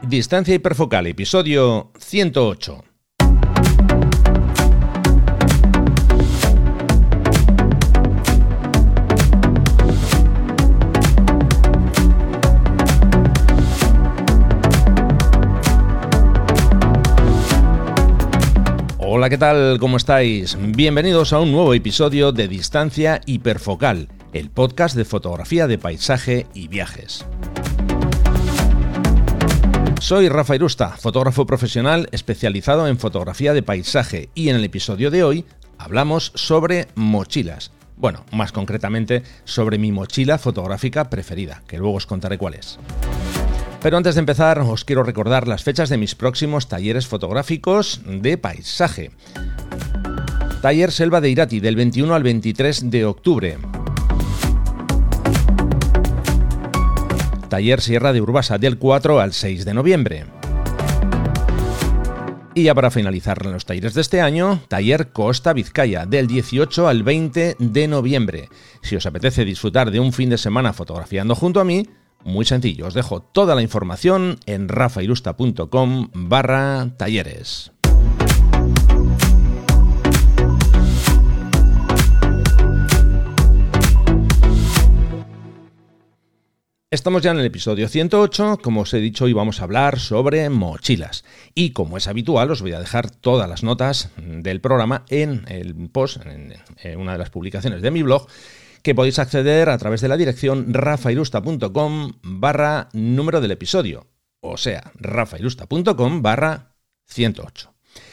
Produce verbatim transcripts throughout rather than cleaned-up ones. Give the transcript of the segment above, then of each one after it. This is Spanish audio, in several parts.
Distancia hiperfocal, episodio ciento ocho. Hola, ¿qué tal? ¿Cómo estáis? Bienvenidos a un nuevo episodio de Distancia hiperfocal, el podcast de fotografía de paisaje y viajes. Soy Rafa Irusta, fotógrafo profesional especializado en fotografía de paisaje, y en el episodio de hoy hablamos sobre mochilas. Bueno, más concretamente sobre mi mochila fotográfica preferida, que luego os contaré cuál es. Pero antes de empezar, os quiero recordar las fechas de mis próximos talleres fotográficos de paisaje. Taller Selva de Irati, del veintiuno al veintitrés de octubre. Taller Sierra de Urbasa, del cuatro al seis de noviembre. Y ya para finalizar los talleres de este año, Taller Costa Vizcaya, del dieciocho al veinte de noviembre. Si os apetece disfrutar de un fin de semana fotografiando junto a mí, muy sencillo, os dejo toda la información en rafairusta.com barra talleres. Estamos ya en el episodio ciento ocho, como os he dicho, hoy vamos a hablar sobre mochilas. Y como es habitual, os voy a dejar todas las notas del programa en el post, en una de las publicaciones de mi blog, que podéis acceder a través de la dirección rafairusta.com barra número del episodio, o sea, rafairusta.com barra ciento ocho.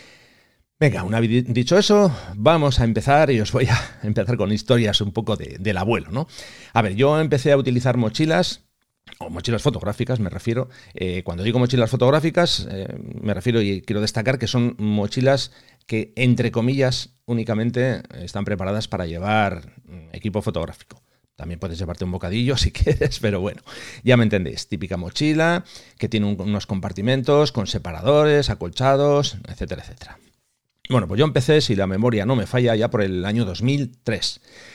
Venga, una vez dicho eso, vamos a empezar y os voy a empezar con historias un poco de, del abuelo, ¿no? A ver, yo empecé a utilizar mochilas, o mochilas fotográficas me refiero. Eh, cuando digo mochilas fotográficas, eh, me refiero, y quiero destacar, que son mochilas que, entre comillas, únicamente están preparadas para llevar equipo fotográfico. También puedes llevarte un bocadillo si quieres, pero bueno, ya me entendéis. Típica mochila que tiene un, unos compartimentos con separadores, acolchados, etcétera, etcétera. Bueno, pues yo empecé, si la memoria no me falla, ya por el año dos mil tres.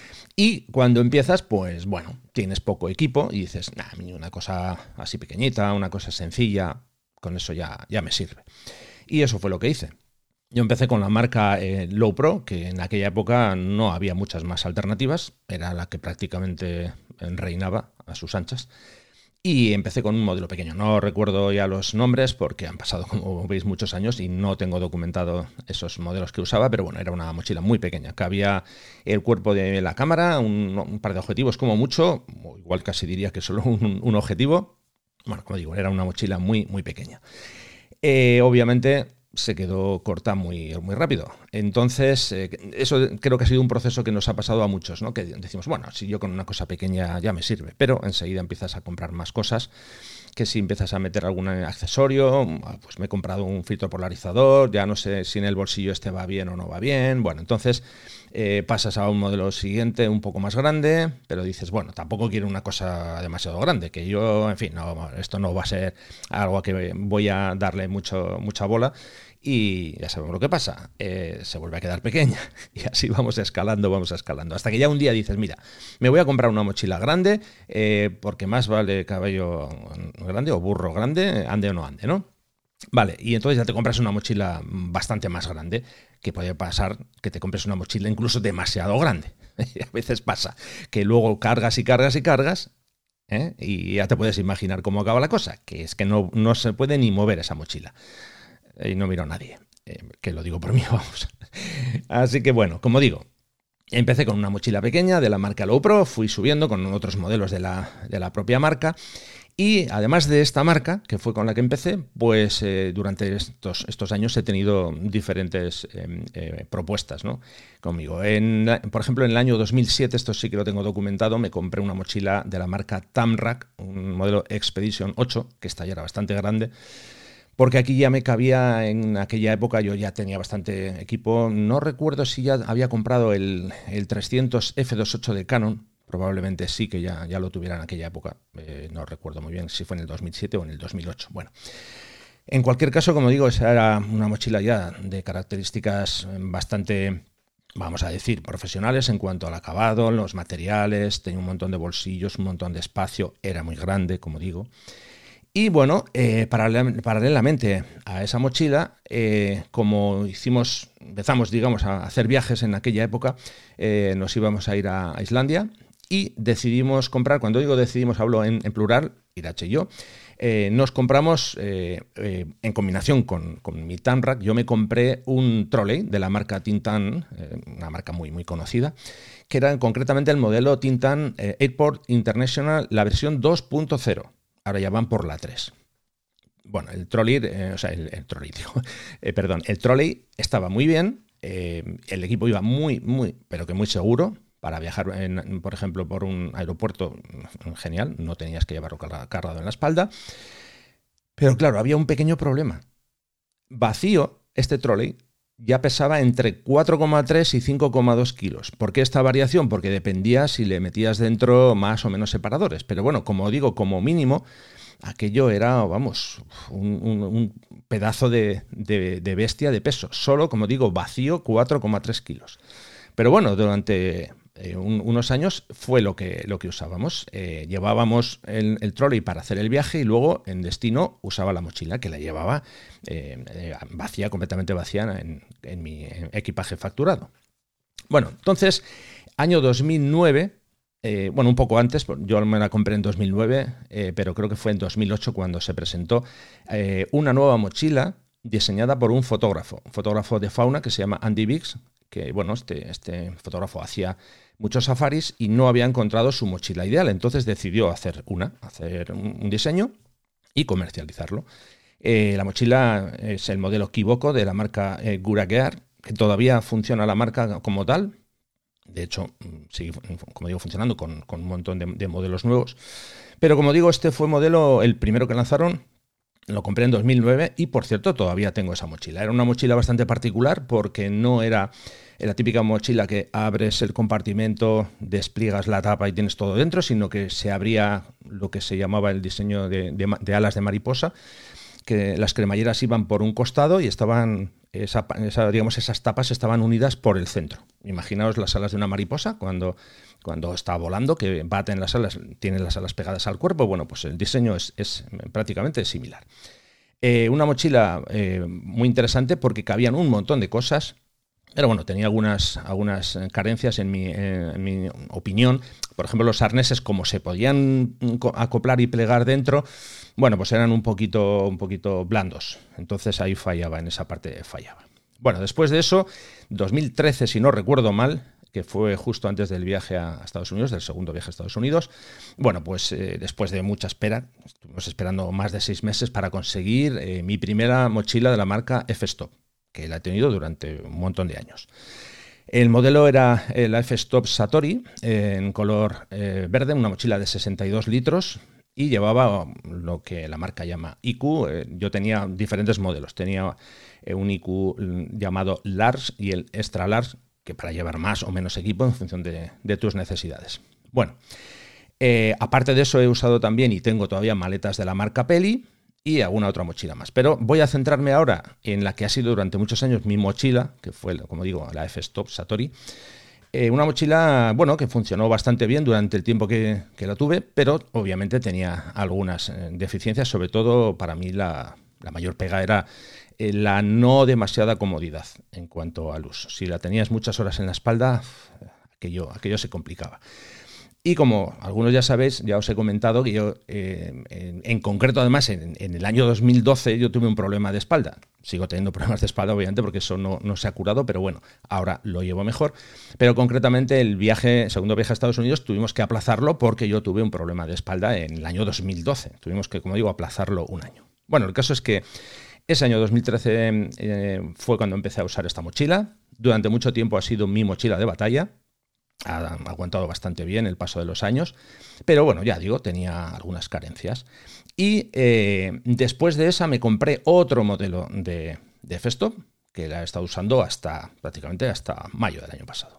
Y cuando empiezas, pues bueno, tienes poco equipo y dices, nah, una cosa así pequeñita, una cosa sencilla, con eso ya, ya me sirve. Y eso fue lo que hice. Yo empecé con la marca eh, Low Pro, que en aquella época no había muchas más alternativas, era la que prácticamente reinaba a sus anchas. Y empecé con un modelo pequeño. No recuerdo ya los nombres porque han pasado, como veis, muchos años y no tengo documentado esos modelos que usaba, pero bueno, era una mochila muy pequeña. Cabía el cuerpo de la cámara, un, un par de objetivos como mucho, o igual casi diría que solo un, un objetivo. Bueno, como digo, era una mochila muy, muy pequeña. Eh, obviamente se quedó corta muy, muy rápido. Entonces, eh, eso creo que ha sido un proceso que nos ha pasado a muchos, ¿no? Que decimos, bueno, si yo con una cosa pequeña ya me sirve, pero enseguida empiezas a comprar más cosas, que si empiezas a meter algún accesorio, pues me he comprado un filtro polarizador, ya no sé si en el bolsillo este va bien o no va bien. Bueno, entonces eh, pasas a un modelo siguiente un poco más grande, pero dices, bueno, tampoco quiero una cosa demasiado grande, que yo, en fin, no, esto no va a ser algo a que voy a darle mucho, mucha bola. Y ya sabemos lo que pasa, eh, se vuelve a quedar pequeña y así vamos escalando, vamos escalando, hasta que ya un día dices, mira, me voy a comprar una mochila grande eh, porque más vale caballo grande o burro grande, ande o no ande, ¿no? Vale, y entonces ya te compras una mochila bastante más grande, que puede pasar que te compres una mochila incluso demasiado grande. A veces pasa que luego cargas y cargas y cargas, ¿eh? Y ya te puedes imaginar cómo acaba la cosa, que es que no, no se puede ni mover esa mochila. Y no miro a nadie, eh, que lo digo por mí, vamos. Así que bueno, como digo, empecé con una mochila pequeña de la marca Low Pro, fui subiendo con otros modelos de la, de la propia marca, y además de esta marca, que fue con la que empecé, pues eh, durante estos, estos años he tenido diferentes eh, eh, propuestas, ¿no? Conmigo. En, por ejemplo, en el año dos mil siete, esto sí que lo tengo documentado, me compré una mochila de la marca Tamrac, un modelo Expedition ocho, que esta ya era bastante grande, porque aquí ya me cabía, en aquella época yo ya tenía bastante equipo. No recuerdo si ya había comprado el, el trescientos efe veintiocho de Canon, probablemente sí que ya, ya lo tuviera en aquella época, eh, no recuerdo muy bien si fue en el dos mil siete o en el dos mil ocho. Bueno, en cualquier caso, como digo, esa era una mochila ya de características bastante, vamos a decir, profesionales en cuanto al acabado, los materiales, tenía un montón de bolsillos, un montón de espacio, era muy grande, como digo. Y bueno, eh, paralel, paralelamente a esa mochila, eh, como hicimos, empezamos, digamos, a hacer viajes en aquella época, eh, nos íbamos a ir a, a Islandia y decidimos comprar, cuando digo decidimos, hablo en, en plural, Irache y yo, eh, nos compramos, eh, eh, en combinación con, con mi Tanrack, yo me compré un trolley de la marca Tintan, eh, una marca muy, muy conocida, que era concretamente el modelo Tintan eh, Airport International, la versión dos punto cero. Ahora ya van por la tres. Bueno, el trolley, eh, o sea, el, el trolley, digo, eh, perdón, el trolley estaba muy bien, eh, el equipo iba muy, muy, pero que muy seguro para viajar, en, por ejemplo, por un aeropuerto, genial, no tenías que llevarlo cargado en la espalda. Pero claro, había un pequeño problema. Vacío, este trolley ya pesaba entre cuatro coma tres y cinco coma dos kilos. ¿Por qué esta variación? Porque dependía si le metías dentro más o menos separadores. Pero bueno, como digo, como mínimo, aquello era, vamos, un, un, un pedazo de, de, de bestia de peso. Solo, como digo, vacío, cuatro coma tres kilos. Pero bueno, durante eh, un, unos años fue lo que, lo que usábamos. Eh, llevábamos el, el trolley para hacer el viaje y luego en destino usaba la mochila, que la llevaba eh, eh, vacía, completamente vacía en, en mi equipaje facturado. Bueno, entonces, año dos mil nueve, eh, bueno, un poco antes, yo me la compré en dos mil nueve, eh, pero creo que fue en dos mil ocho cuando se presentó eh, una nueva mochila diseñada por un fotógrafo, un fotógrafo de fauna que se llama Andy Biggs, que bueno, este, este fotógrafo hacía muchos safaris y no había encontrado su mochila ideal, entonces decidió hacer una, hacer un, un diseño y comercializarlo. Eh, la mochila es el modelo Kiboko de la marca eh, Gura Gear, que todavía funciona la marca como tal. De hecho, sigue, como digo, funcionando con, con un montón de, de modelos nuevos. Pero como digo, este fue modelo, el primero que lanzaron. Lo compré en dos mil nueve y, por cierto, todavía tengo esa mochila. Era una mochila bastante particular porque no era la típica mochila que abres el compartimento, despliegas la tapa y tienes todo dentro, sino que se abría lo que se llamaba el diseño de, de, de alas de mariposa, que las cremalleras iban por un costado y estaban, esa, esa, digamos, esas tapas estaban unidas por el centro. Imaginaos las alas de una mariposa cuando, cuando está volando, que baten las alas, tienen las alas pegadas al cuerpo. Bueno, pues el diseño es, es prácticamente similar. Eh, una mochila eh, muy interesante porque cabían un montón de cosas. Pero bueno, tenía algunas, algunas carencias en mi, en mi opinión. Por ejemplo, los arneses, como se podían acoplar y plegar dentro, bueno, pues eran un poquito, un poquito blandos. Entonces ahí fallaba, en esa parte fallaba. Bueno, después de eso, dos mil trece, si no recuerdo mal, que fue justo antes del viaje a Estados Unidos, del segundo viaje a Estados Unidos, bueno, pues eh, después de mucha espera, estuvimos esperando más de seis meses para conseguir eh, mi primera mochila de la marca F-Stop, que la he tenido durante un montón de años. El modelo era la F-Stop Satori, eh, en color eh, verde, una mochila de sesenta y dos litros, y llevaba lo que la marca llama I Q. Eh, yo tenía diferentes modelos. Tenía eh, un I Q llamado Large y el Extra Large, que para llevar más o menos equipo en función de, de tus necesidades. Bueno, eh, aparte de eso he usado también y tengo todavía maletas de la marca Peli y alguna otra mochila más. Pero voy a centrarme ahora en la que ha sido durante muchos años mi mochila, que fue, como digo, la F-Stop Satori. Eh, una mochila, bueno, que funcionó bastante bien durante el tiempo que, que la tuve, pero obviamente tenía algunas eh, deficiencias. Sobre todo, para mí, la, la mayor pega era eh, la no demasiada comodidad en cuanto al uso. Si la tenías muchas horas en la espalda, aquello, aquello se complicaba. Y como algunos ya sabéis, ya os he comentado que yo, eh, en, en concreto además, en, en el año dos mil doce yo tuve un problema de espalda. Sigo teniendo problemas de espalda, obviamente, porque eso no, no se ha curado, pero bueno, ahora lo llevo mejor. Pero concretamente el viaje, el segundo viaje a Estados Unidos, tuvimos que aplazarlo porque yo tuve un problema de espalda en el año dos mil doce. Tuvimos que, como digo, aplazarlo un año. Bueno, el caso es que ese año dos mil trece eh, fue cuando empecé a usar esta mochila. Durante mucho tiempo ha sido mi mochila de batalla. Ha aguantado bastante bien el paso de los años, pero bueno, ya digo, tenía algunas carencias. Y eh, después de esa me compré otro modelo de, de F-Stop, que la he estado usando hasta prácticamente hasta mayo del año pasado.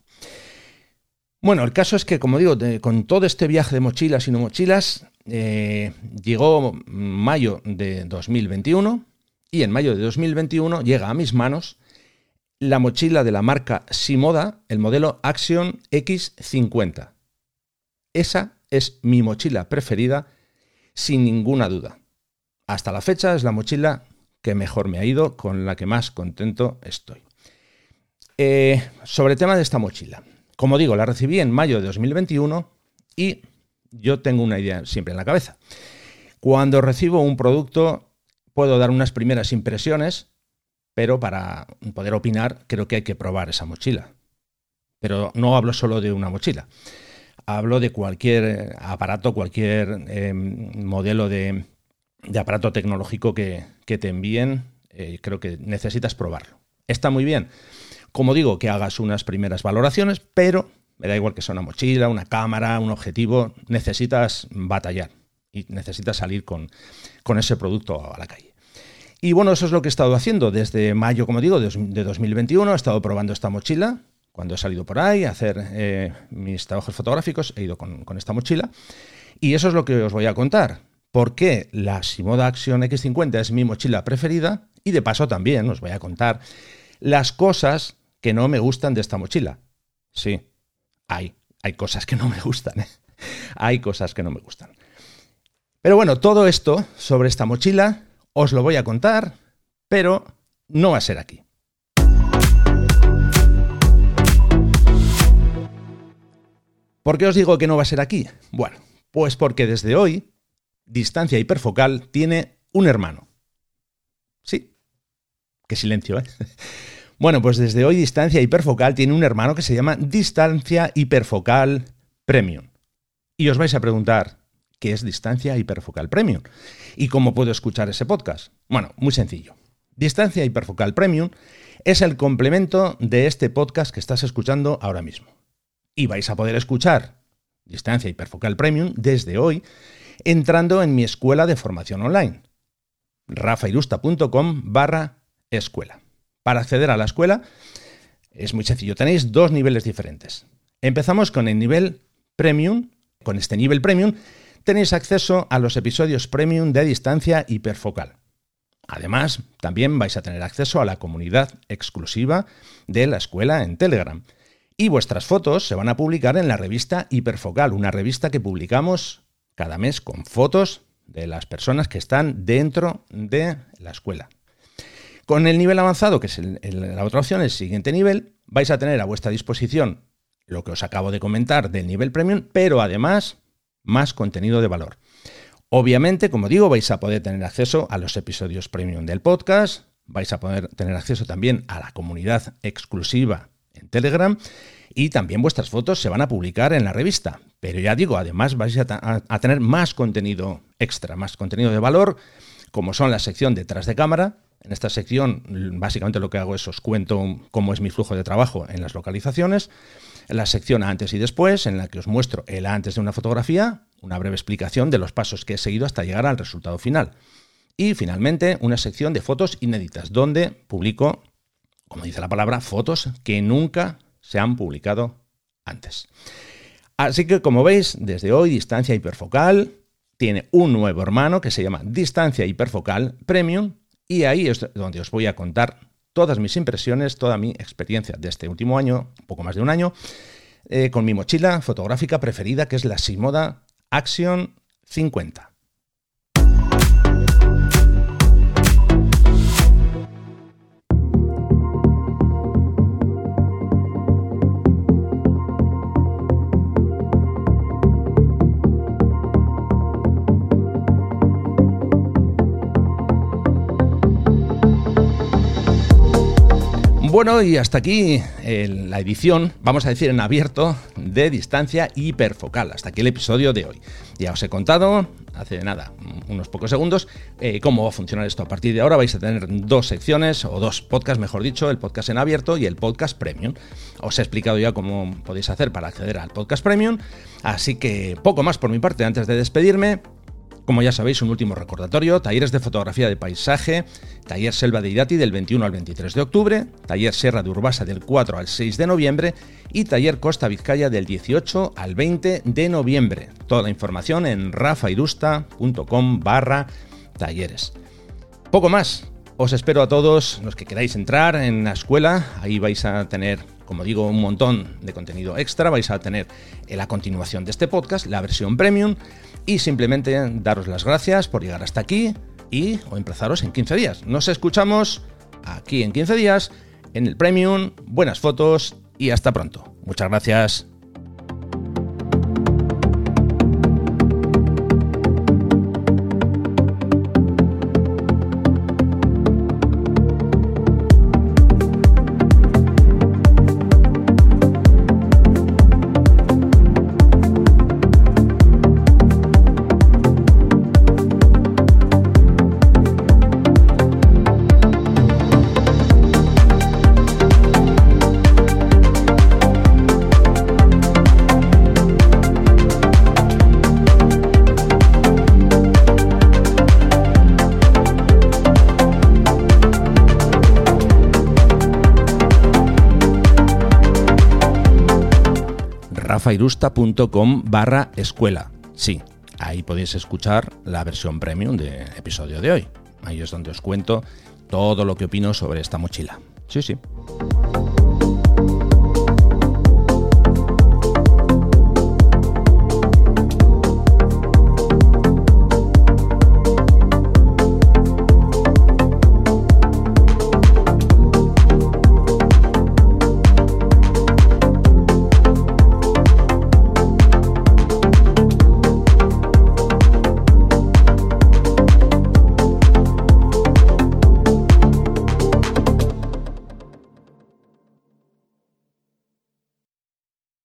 Bueno, el caso es que, como digo, de, con todo este viaje de mochilas y no mochilas, eh, llegó mayo de dos mil veintiuno y en mayo de dos mil veintiuno llega a mis manos la mochila de la marca Shimoda, el modelo Action X cincuenta. Esa es mi mochila preferida, sin ninguna duda. hasta la fecha es la mochila que mejor me ha ido, con la que más contento estoy. Eh, sobre el tema de esta mochila. Como digo, la recibí en mayo de dos mil veintiuno y yo tengo una idea siempre en la cabeza. Cuando recibo un producto puedo dar unas primeras impresiones, pero para poder opinar creo que hay que probar esa mochila. Pero no hablo solo de una mochila. Hablo de cualquier aparato, cualquier eh, modelo de, de aparato tecnológico que, que te envíen. Eh, creo que necesitas probarlo. Está muy bien, como digo, que hagas unas primeras valoraciones, pero me da igual que sea una mochila, una cámara, un objetivo. Necesitas batallar y necesitas salir con, con ese producto a la calle. Y bueno, eso es lo que he estado haciendo desde mayo, como digo, de dos mil veintiuno. He estado probando esta mochila. Cuando he salido por ahí a hacer eh, mis trabajos fotográficos, he ido con, con esta mochila. Y eso es lo que os voy a contar. ¿Por qué la Shimoda Action equis cincuenta es mi mochila preferida? Y de paso también os voy a contar las cosas que no me gustan de esta mochila. Sí, hay, hay cosas que no me gustan. ¿eh? Hay cosas que no me gustan. Pero bueno, todo esto sobre esta mochila os lo voy a contar, pero no va a ser aquí. ¿Por qué os digo que no va a ser aquí? Bueno, pues porque desde hoy Distancia Hiperfocal tiene un hermano. Sí, qué silencio, ¿eh? Bueno, pues desde hoy Distancia Hiperfocal tiene un hermano que se llama Distancia Hiperfocal Premium. Y os vais a preguntar, ¿qué es Distancia Hiperfocal Premium? ¿Y cómo puedo escuchar ese podcast? Bueno, muy sencillo. Distancia Hiperfocal Premium es el complemento de este podcast que estás escuchando ahora mismo. Y vais a poder escuchar Distancia Hiperfocal Premium desde hoy entrando en mi escuela de formación online, rafairusta.com barra escuela. Para acceder a la escuela es muy sencillo, tenéis dos niveles diferentes. Empezamos con el nivel Premium. Con este nivel Premium tenéis acceso a los episodios Premium de Distancia Hiperfocal. Además, también vais a tener acceso a la comunidad exclusiva de la escuela en Telegram. Y vuestras fotos se van a publicar en la revista Hiperfocal, una revista que publicamos cada mes con fotos de las personas que están dentro de la escuela. Con el nivel avanzado, que es el, el, la otra opción, el siguiente nivel, vais a tener a vuestra disposición lo que os acabo de comentar del nivel Premium, pero además más contenido de valor. Obviamente, como digo, vais a poder tener acceso a los episodios Premium del podcast, vais a poder tener acceso también a la comunidad exclusiva en Telegram y también vuestras fotos se van a publicar en la revista. Pero ya digo, además vais a, a, a tener más contenido extra, más contenido de valor, como son la sección detrás de cámara. En esta sección básicamente lo que hago es os cuento cómo es mi flujo de trabajo en las localizaciones. La sección antes y después, en la que os muestro el antes de una fotografía, una breve explicación de los pasos que he seguido hasta llegar al resultado final. Y finalmente una sección de fotos inéditas, donde publico, como dice la palabra, fotos que nunca se han publicado antes. Así que, como veis, desde hoy Distancia Hiperfocal tiene un nuevo hermano que se llama Distancia Hiperfocal Premium y ahí es donde os voy a contar todas mis impresiones, toda mi experiencia de este último año, un poco más de un año, eh, con mi mochila fotográfica preferida, que es la Shimoda Action cincuenta. Bueno, y hasta aquí eh, la edición, vamos a decir en abierto, de Distancia Hiperfocal. Hasta aquí el episodio de hoy. Ya os he contado, hace nada, unos pocos segundos, eh, cómo va a funcionar esto. A partir de ahora vais a tener dos secciones, o dos podcasts, mejor dicho, el podcast en abierto y el podcast Premium. Os he explicado ya cómo podéis hacer para acceder al podcast Premium, así que poco más por mi parte antes de despedirme. Como ya sabéis, un último recordatorio: talleres de fotografía de paisaje, taller Selva de Irati del veintiuno al veintitrés de octubre, taller Sierra de Urbasa del cuatro al seis de noviembre y taller Costa Vizcaya del dieciocho al veinte de noviembre. Toda la información en rafairusta.com barra talleres. Poco más. Os espero a todos los que queráis entrar en la escuela. Ahí vais a tener, como digo, un montón de contenido extra. Vais a tener la continuación de este podcast, la versión Premium. Y simplemente daros las gracias por llegar hasta aquí, y o emplazaros en quince días. Nos escuchamos aquí en quince días en el Premium. Buenas fotos y hasta pronto. Muchas gracias. rafairusta.com barra escuela. Sí, ahí podéis escuchar la versión premium del episodio de hoy. Ahí es donde os cuento todo lo que opino sobre esta mochila. Sí, sí.